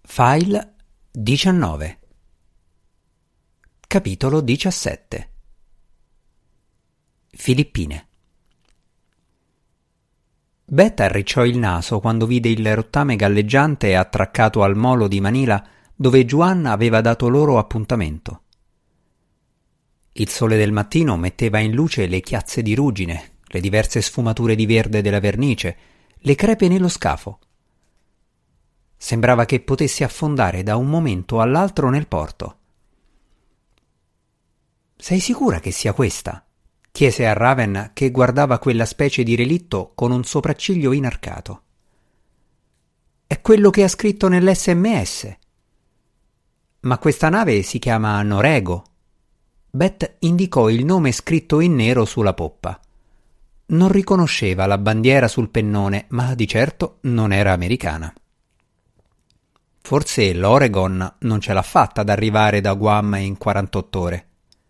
File 19. Capitolo 17. Filippine. Beth arricciò il naso quando vide il rottame galleggiante attraccato al molo di Manila dove Juan aveva dato loro appuntamento. Il sole del mattino metteva in luce le chiazze di ruggine, le diverse sfumature di verde della vernice, le crepe nello scafo. Sembrava che potesse affondare da un momento all'altro nel porto. «Sei sicura che sia questa?» chiese a Raven, che guardava quella specie di relitto con un sopracciglio inarcato. «È quello che ha scritto nell'SMS. Ma questa nave si chiama Norego». Beth indicò il nome scritto in nero sulla poppa. Non riconosceva la bandiera sul pennone, ma di certo non era americana. Forse l'Oregon non ce l'ha fatta ad arrivare da Guam in 48 ore.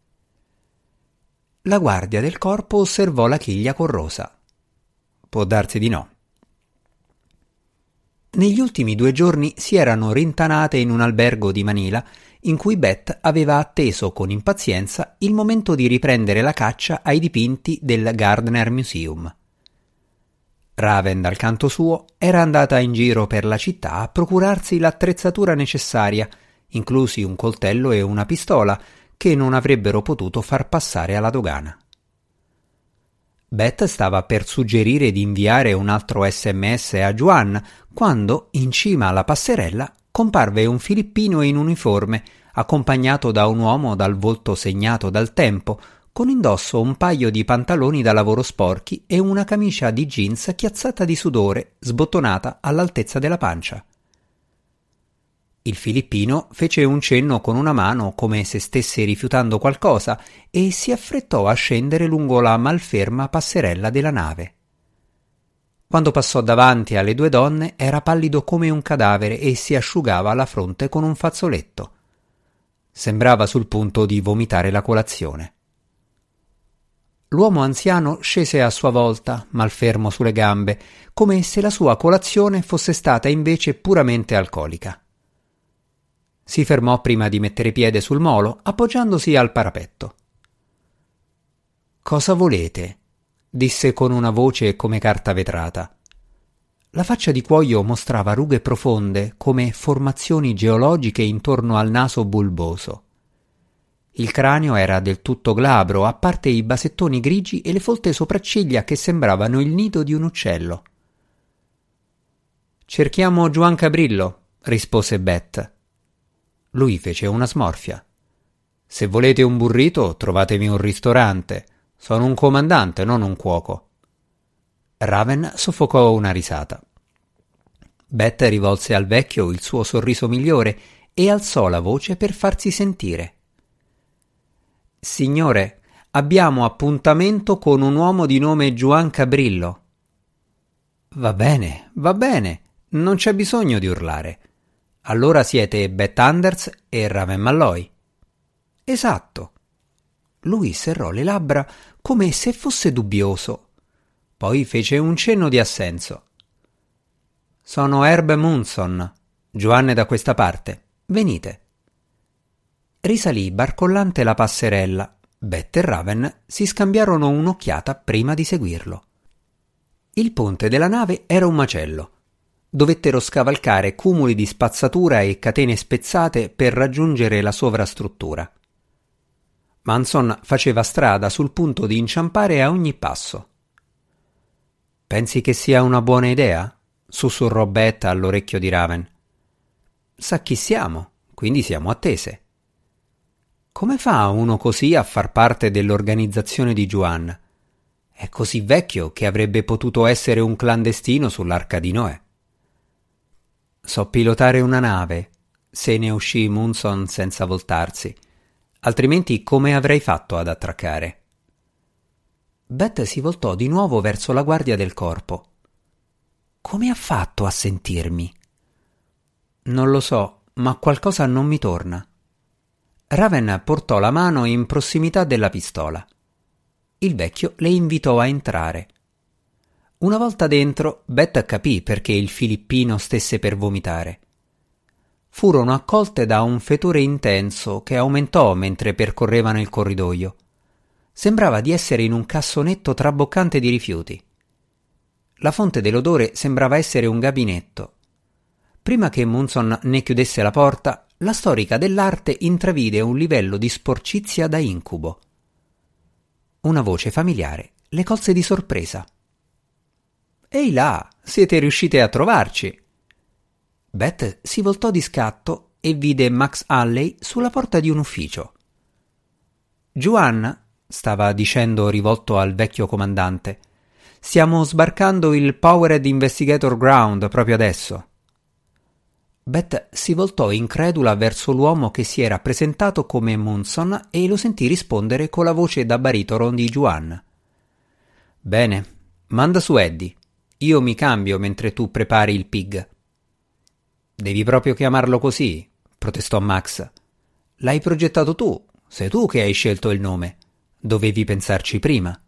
La guardia del corpo osservò la chiglia corrosa. Può darsi di no. Negli ultimi 2 giorni si erano rintanate in un albergo di Manila in cui Beth aveva atteso con impazienza il momento di riprendere la caccia ai dipinti del Gardner Museum. Raven, dal canto suo, era andata in giro per la città a procurarsi l'attrezzatura necessaria, inclusi un coltello e una pistola, che non avrebbero potuto far passare alla dogana. Beth stava per suggerire di inviare un altro SMS a Juan quando, in cima alla passerella, comparve un filippino in uniforme, accompagnato da un uomo dal volto segnato dal tempo, con indosso un paio di pantaloni da lavoro sporchi e una camicia di jeans chiazzata di sudore, sbottonata all'altezza della pancia. Il filippino fece un cenno con una mano come se stesse rifiutando qualcosa e si affrettò a scendere lungo la malferma passerella della nave. Quando passò davanti alle 2 donne era pallido come un cadavere e si asciugava la fronte con un fazzoletto. Sembrava sul punto di vomitare la colazione. L'uomo anziano scese a sua volta, malfermo sulle gambe, come se la sua colazione fosse stata invece puramente alcolica. Si fermò prima di mettere piede sul molo, appoggiandosi al parapetto. «Cosa volete?» disse con una voce come carta vetrata. La faccia di cuoio mostrava rughe profonde, come formazioni geologiche intorno al naso bulboso. Il cranio era del tutto glabro, a parte i basettoni grigi e le folte sopracciglia che sembravano il nido di un uccello. «Cerchiamo Juan Cabrillo», rispose Beth. Lui fece una smorfia. «Se volete un burrito, trovatevi un ristorante. Sono un comandante, non un cuoco». Raven soffocò una risata. Beth rivolse al vecchio il suo sorriso migliore e alzò la voce per farsi sentire. «Signore, abbiamo appuntamento con un uomo di nome Juan Cabrillo». Va bene, non c'è bisogno di urlare. Allora siete Beth Anders e Raven Malloy». «Esatto». Lui serrò le labbra come se fosse dubbioso. Poi fece un cenno di assenso. «Sono Herb Munson. Juan è da questa parte. Venite». Risalì barcollante la passerella. Beth e Raven si scambiarono un'occhiata prima di seguirlo. Il ponte della nave era un macello. Dovettero scavalcare cumuli di spazzatura e catene spezzate per raggiungere la sovrastruttura. Manson faceva strada sul punto di inciampare a ogni passo. «Pensi che sia una buona idea?» sussurrò Beth all'orecchio di Raven. «Sa chi siamo, quindi siamo attese». «Come fa uno così a far parte dell'organizzazione di Juan? È così vecchio che avrebbe potuto essere un clandestino sull'Arca di Noè». «So pilotare una nave», se ne uscì Munson senza voltarsi. «Altrimenti come avrei fatto ad attraccare?» Beth si voltò di nuovo verso la guardia del corpo. «Come ha fatto a sentirmi?» «Non lo so, ma qualcosa non mi torna». Raven portò la mano in prossimità della pistola. Il vecchio le invitò a entrare. Una volta dentro, Beth capì perché il filippino stesse per vomitare. furono accolte da un fetore intenso che aumentò mentre percorrevano il corridoio. Sembrava di essere in un cassonetto traboccante di rifiuti. La fonte dell'odore sembrava essere un gabinetto. Prima che Munson ne chiudesse la porta, la storica dell'arte intravide un livello di sporcizia da incubo. Una voce familiare le colse di sorpresa. «Ehi là, siete riuscite a trovarci!» Beth si voltò di scatto e vide Max Halley sulla porta di un ufficio. «Juan», stava dicendo rivolto al vecchio comandante, «stiamo sbarcando il Powered Investigator Ground proprio adesso». Beth si voltò incredula verso l'uomo che si era presentato come Munson e lo sentì rispondere con la voce da baritono di Juan. «Bene, manda su Eddie. Io mi cambio mentre tu prepari il pig». «Devi proprio chiamarlo così», protestò Max. «L'hai progettato tu, sei tu che hai scelto il nome. Dovevi pensarci prima».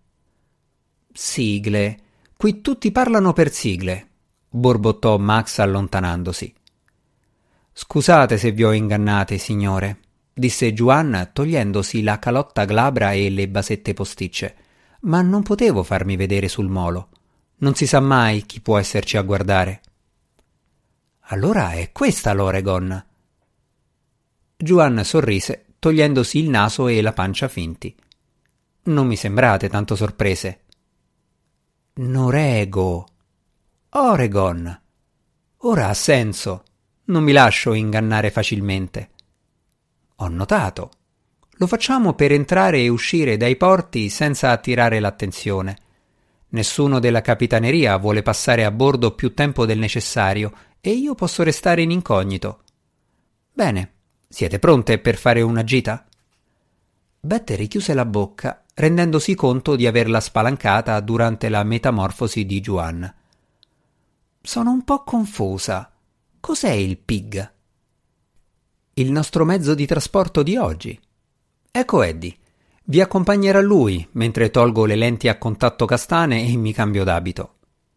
«Sigle. Qui tutti parlano per sigle», borbottò Max allontanandosi. «Scusate se vi ho ingannate, signore», disse Juan togliendosi la calotta glabra e le basette posticce, «ma non potevo farmi vedere sul molo. Non si sa mai chi può esserci a guardare». «Allora è questa l'Oregon». Juan sorrise, togliendosi il naso e la pancia finti. «Non mi sembrate tanto sorprese». «Norego. Oregon. Ora ha senso. Non mi lascio ingannare facilmente». «Ho notato. Lo facciamo per entrare e uscire dai porti senza attirare l'attenzione. Nessuno della capitaneria vuole passare a bordo più tempo del necessario e io posso restare in incognito. Bene, siete pronte per fare una gita?» Beth richiuse la bocca, rendendosi conto di averla spalancata durante la metamorfosi di Juan. «Sono un po' confusa. Cos'è il pig?» «Il nostro mezzo di trasporto di oggi. Ecco Eddie. Vi accompagnerà lui mentre tolgo le lenti a contatto castane e mi cambio d'abito».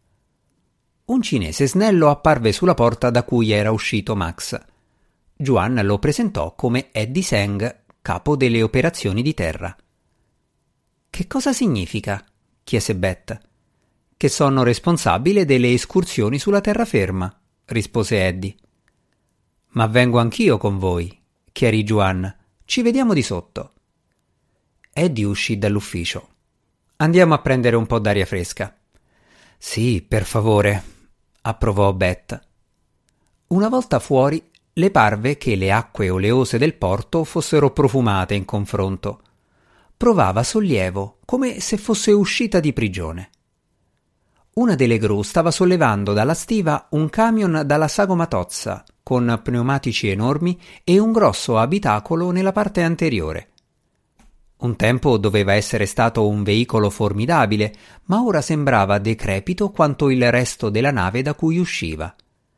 Un cinese snello apparve sulla porta da cui era uscito Max. Juan lo presentò come Eddie Seng, capo delle operazioni di terra. «Che cosa significa?» chiese Beth. «Che sono responsabile delle escursioni sulla terraferma», rispose Eddie. «Ma vengo anch'io con voi», chiarì Juan. «Ci vediamo di sotto». Eddie uscì dall'ufficio. «Andiamo a prendere un po' d'aria fresca». «Sì, per favore», approvò Beth. Una volta fuori, le parve che le acque oleose del porto fossero profumate in confronto. Provava sollievo, come se fosse uscita di prigione. Una delle gru stava sollevando dalla stiva un camion dalla sagoma tozza, con pneumatici enormi e un grosso abitacolo nella parte anteriore. Un tempo doveva essere stato un veicolo formidabile, ma ora sembrava decrepito quanto il resto della nave da cui usciva.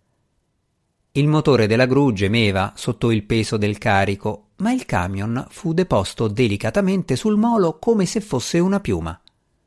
Il motore della gru gemeva sotto il peso del carico, ma il camion fu deposto delicatamente sul molo come se fosse una piuma.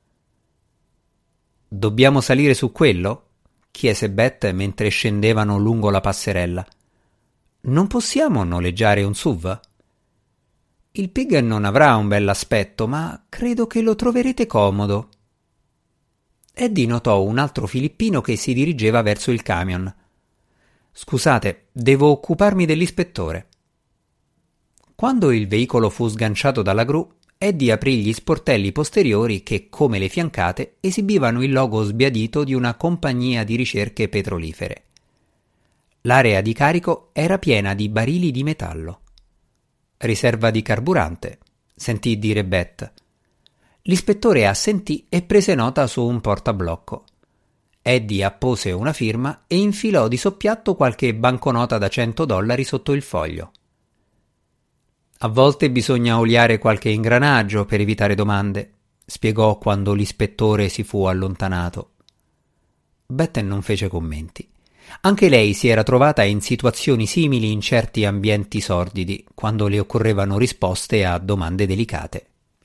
«Dobbiamo salire su quello?» chiese Beth mentre scendevano lungo la passerella. «Non possiamo noleggiare un SUV?» «Il pig non avrà un bell'aspetto, ma credo che lo troverete comodo». Eddie notò un altro filippino che si dirigeva verso il camion. «Scusate, devo occuparmi dell'ispettore». Quando il veicolo fu sganciato dalla gru, Eddie aprì gli sportelli posteriori che, come le fiancate, esibivano il logo sbiadito di una compagnia di ricerche petrolifere. L'area di carico era piena di barili di metallo. «Riserva di carburante», sentì dire Beth. L'ispettore assentì e prese nota su un portablocco. Eddie appose una firma e infilò di soppiatto qualche banconota da $100 sotto il foglio. «A volte bisogna oliare qualche ingranaggio per evitare domande», spiegò quando l'ispettore si fu allontanato. Beth non fece commenti. Anche lei si era trovata in situazioni simili in certi ambienti sordidi, quando le occorrevano risposte a domande delicate.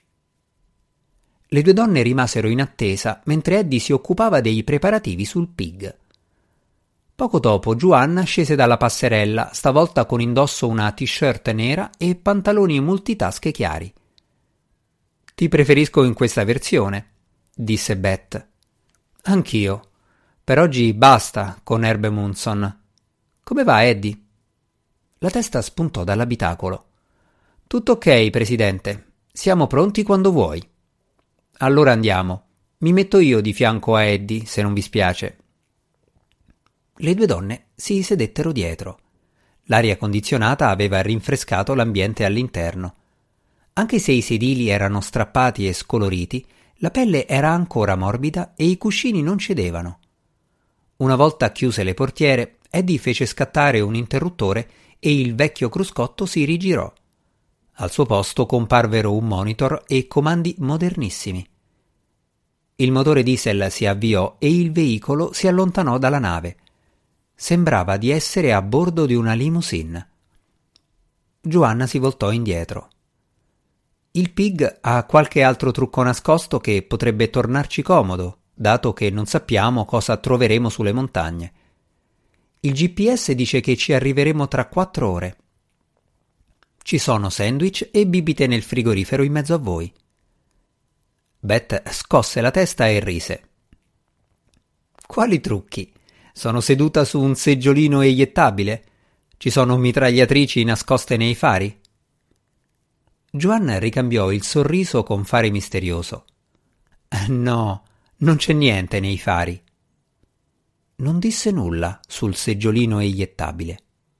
Le due donne rimasero in attesa mentre Eddie si occupava dei preparativi sul pig. Poco dopo Juan scese dalla passerella, stavolta con indosso una t-shirt nera e pantaloni multitasche chiari. «Ti preferisco in questa versione», disse Beth. «Anch'io. Per oggi basta con Herb Munson. Come va, Eddie?» La testa spuntò dall'abitacolo. «Tutto ok, Presidente. Siamo pronti quando vuoi». «Allora andiamo. Mi metto io di fianco a Eddie, se non vi spiace». Le due donne si sedettero dietro. L'aria condizionata aveva rinfrescato l'ambiente all'interno. Anche se i sedili erano strappati e scoloriti, la pelle era ancora morbida e i cuscini non cedevano. Una volta chiuse le portiere, Eddie fece scattare un interruttore e il vecchio cruscotto si rigirò. Al suo posto comparvero un monitor e comandi modernissimi. Il motore diesel si avviò e il veicolo si allontanò dalla nave. Sembrava di essere a bordo di una limousine. Giovanna si voltò indietro. Il Pig ha qualche altro trucco nascosto che potrebbe tornarci comodo, dato che non sappiamo cosa troveremo sulle montagne. Il GPS dice che ci arriveremo tra 4 ore. Ci sono sandwich e bibite nel frigorifero in mezzo a voi. Beth scosse la testa e rise. Quali trucchi? Sono seduta su un seggiolino eiettabile? Ci sono mitragliatrici nascoste nei fari? Juan ricambiò il sorriso con fare misterioso. No, non c'è niente nei fari. Non disse nulla sul seggiolino eiettabile.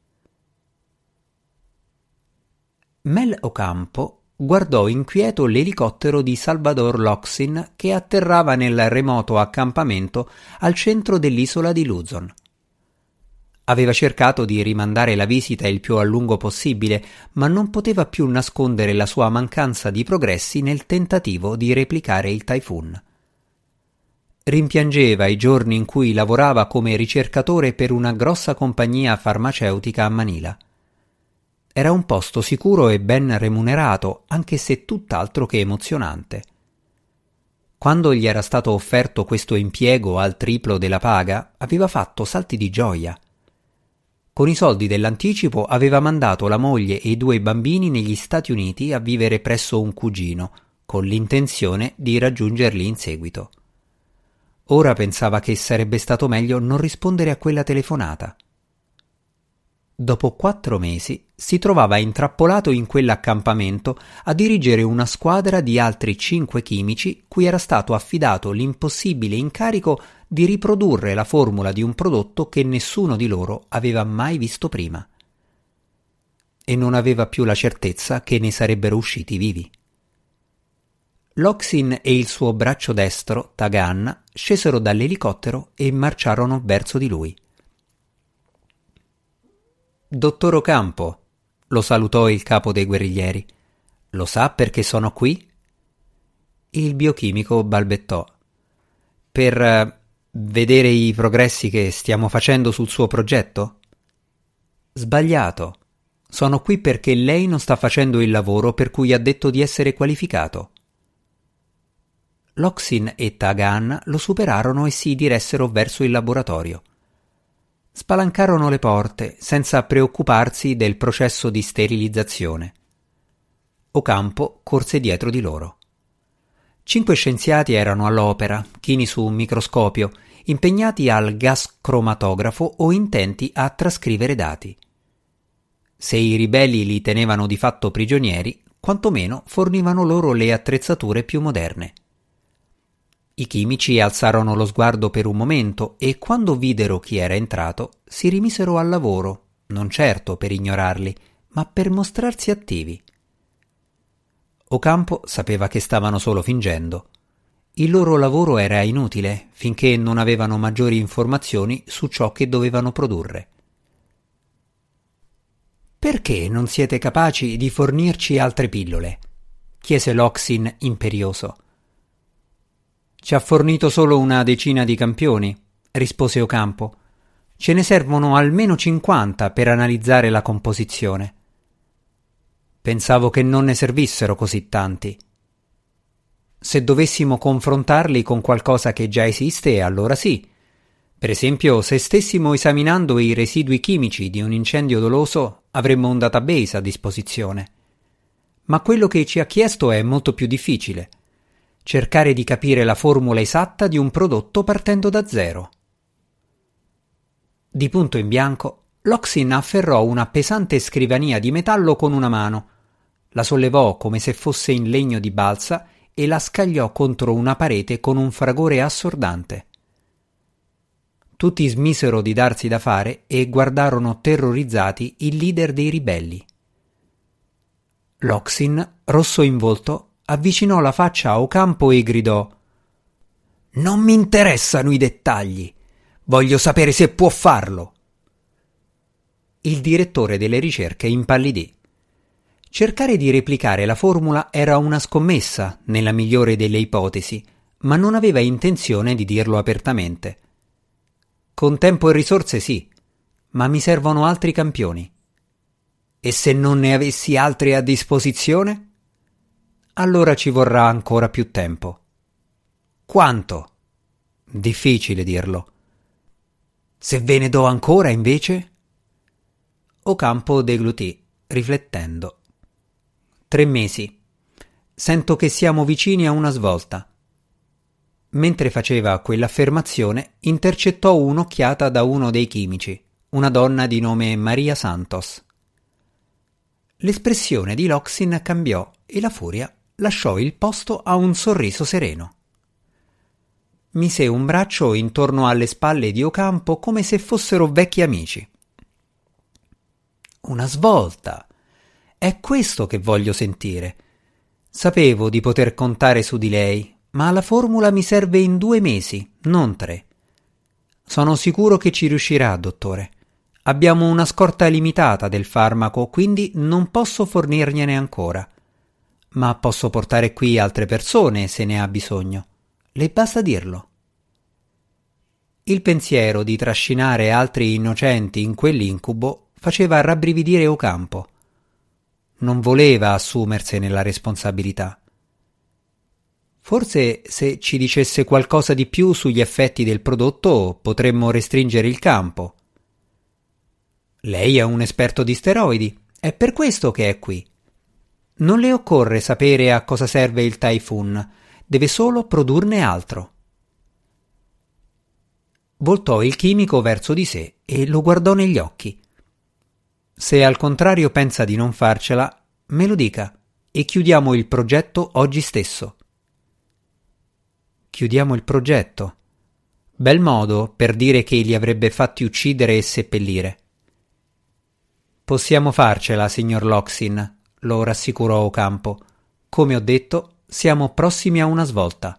Mel Ocampo guardò inquieto l'elicottero di Salvador Loxin che atterrava nel remoto accampamento al centro dell'isola di Luzon. Aveva cercato di rimandare la visita il più a lungo possibile, ma non poteva più nascondere la sua mancanza di progressi nel tentativo di replicare il Typhoon. Rimpiangeva i giorni in cui lavorava come ricercatore per una grossa compagnia farmaceutica a Manila. Era un posto sicuro e ben remunerato, anche se tutt'altro che emozionante. Quando gli era stato offerto questo impiego al triplo della paga, aveva fatto salti di gioia. Con i soldi dell'anticipo aveva mandato la moglie e i 2 bambini negli Stati Uniti a vivere presso un cugino, con l'intenzione di raggiungerli in seguito. Ora pensava che sarebbe stato meglio non rispondere a quella telefonata. Dopo 4 mesi si trovava intrappolato in quell'accampamento a dirigere una squadra di altri 5 chimici cui era stato affidato l'impossibile incarico di riprodurre la formula di un prodotto che nessuno di loro aveva mai visto prima. E non aveva più la certezza che ne sarebbero usciti vivi. Loxin e il suo braccio destro, Tagan, scesero dall'elicottero e marciarono verso di lui. «Dottor Ocampo», lo salutò il capo dei guerriglieri. «Lo sa perché sono qui?» Il biochimico balbettò. «Per vedere i progressi che stiamo facendo sul suo progetto?» «Sbagliato. Sono qui perché lei non sta facendo il lavoro per cui ha detto di essere qualificato». Loxin e Tagan lo superarono e si diressero verso il laboratorio. Spalancarono le porte senza preoccuparsi del processo di sterilizzazione. Ocampo corse dietro di loro. 5 scienziati erano all'opera, chini su un microscopio, impegnati al gas cromatografo o intenti a trascrivere dati. Se i ribelli li tenevano di fatto prigionieri, quantomeno fornivano loro le attrezzature più moderne. I chimici alzarono lo sguardo per un momento e quando videro chi era entrato si rimisero al lavoro, non certo per ignorarli, ma per mostrarsi attivi. Ocampo sapeva che stavano solo fingendo. Il loro lavoro era inutile finché non avevano maggiori informazioni su ciò che dovevano produrre. «Perché non siete capaci di fornirci altre pillole?» chiese Loxin imperioso. «Ci ha fornito solo una decina di campioni», rispose Ocampo. «Ce ne servono almeno 50 per analizzare la composizione». «Pensavo che non ne servissero così tanti». «Se dovessimo confrontarli con qualcosa che già esiste, allora sì. Per esempio, se stessimo esaminando i residui chimici di un incendio doloso, avremmo un database a disposizione. Ma quello che ci ha chiesto è molto più difficile. Cercare di capire la formula esatta di un prodotto partendo da zero. Di punto in bianco, Loxin afferrò una pesante scrivania di metallo con una mano, la sollevò come se fosse in legno di balsa e la scagliò contro una parete con un fragore assordante. Tutti smisero di darsi da fare e guardarono terrorizzati il leader dei ribelli. Loxin, rosso in volto, avvicinò la faccia a Ocampo e gridò: «Non mi interessano i dettagli! Voglio sapere se può farlo!» Il direttore delle ricerche impallidì. Cercare di replicare la formula era una scommessa, nella migliore delle ipotesi, ma non aveva intenzione di dirlo apertamente. Con tempo e risorse sì, ma mi servono altri campioni. E se non ne avessi altri a disposizione? Allora ci vorrà ancora più tempo. Quanto? Difficile dirlo. Se ve ne do ancora, invece? Ocampo deglutì, riflettendo. 3 mesi. Sento che siamo vicini a una svolta. Mentre faceva quell'affermazione, intercettò un'occhiata da uno dei chimici, una donna di nome Maria Santos. L'espressione di Loxin cambiò e la furia lasciò il posto a un sorriso sereno. Mise un braccio intorno alle spalle di Ocampo come se fossero vecchi amici. Una svolta! È questo che voglio sentire. Sapevo di poter contare su di lei, ma la formula mi serve in 2 mesi, non 3. Sono sicuro che ci riuscirà, dottore. Abbiamo una scorta limitata del farmaco, quindi non posso fornirgliene ancora. Ma posso portare qui altre persone se ne ha bisogno. Le basta dirlo. Il pensiero di trascinare altri innocenti in quell'incubo faceva rabbrividire Ocampo. Non voleva assumersene la responsabilità. Forse se ci dicesse qualcosa di più sugli effetti del prodotto potremmo restringere il campo. Lei è un esperto di steroidi, è per questo che è qui. Non le occorre sapere a cosa serve il Typhoon, deve solo produrne altro. Voltò il chimico verso di sé e lo guardò negli occhi. Se al contrario pensa di non farcela, me lo dica e chiudiamo il progetto oggi stesso. Chiudiamo il progetto. Bel modo per dire che li avrebbe fatti uccidere e seppellire. Possiamo farcela, signor Loxin, lo rassicurò Ocampo. Come ho detto, siamo prossimi a una svolta.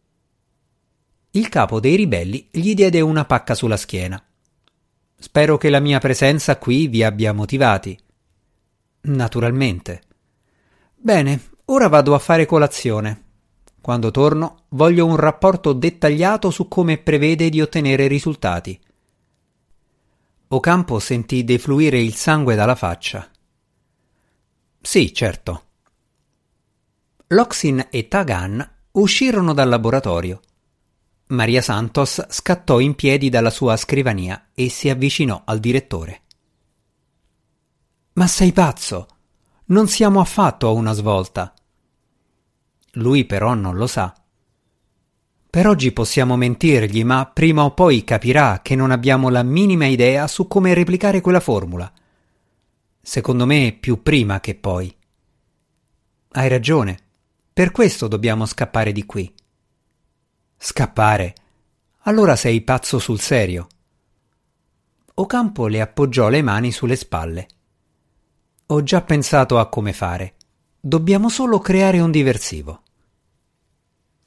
Il capo dei ribelli gli diede una pacca sulla schiena. Spero che la mia presenza qui vi abbia motivati. Naturalmente. Bene, ora vado a fare colazione. Quando torno voglio un rapporto dettagliato su come prevede di ottenere risultati. Ocampo sentì defluire il sangue dalla faccia. Sì, certo. Loxin e Tagan uscirono dal laboratorio. Maria Santos scattò in piedi dalla sua scrivania e si avvicinò al direttore. Ma sei pazzo? Non siamo affatto a una svolta. Lui però non lo sa. Per oggi possiamo mentirgli, ma prima o poi capirà che non abbiamo la minima idea su come replicare quella formula. Secondo me più prima che poi. Hai ragione. Per questo dobbiamo scappare di qui. Scappare? Allora sei pazzo sul serio. Ocampo le appoggiò le mani sulle spalle. Ho già pensato a come fare. Dobbiamo solo creare un diversivo.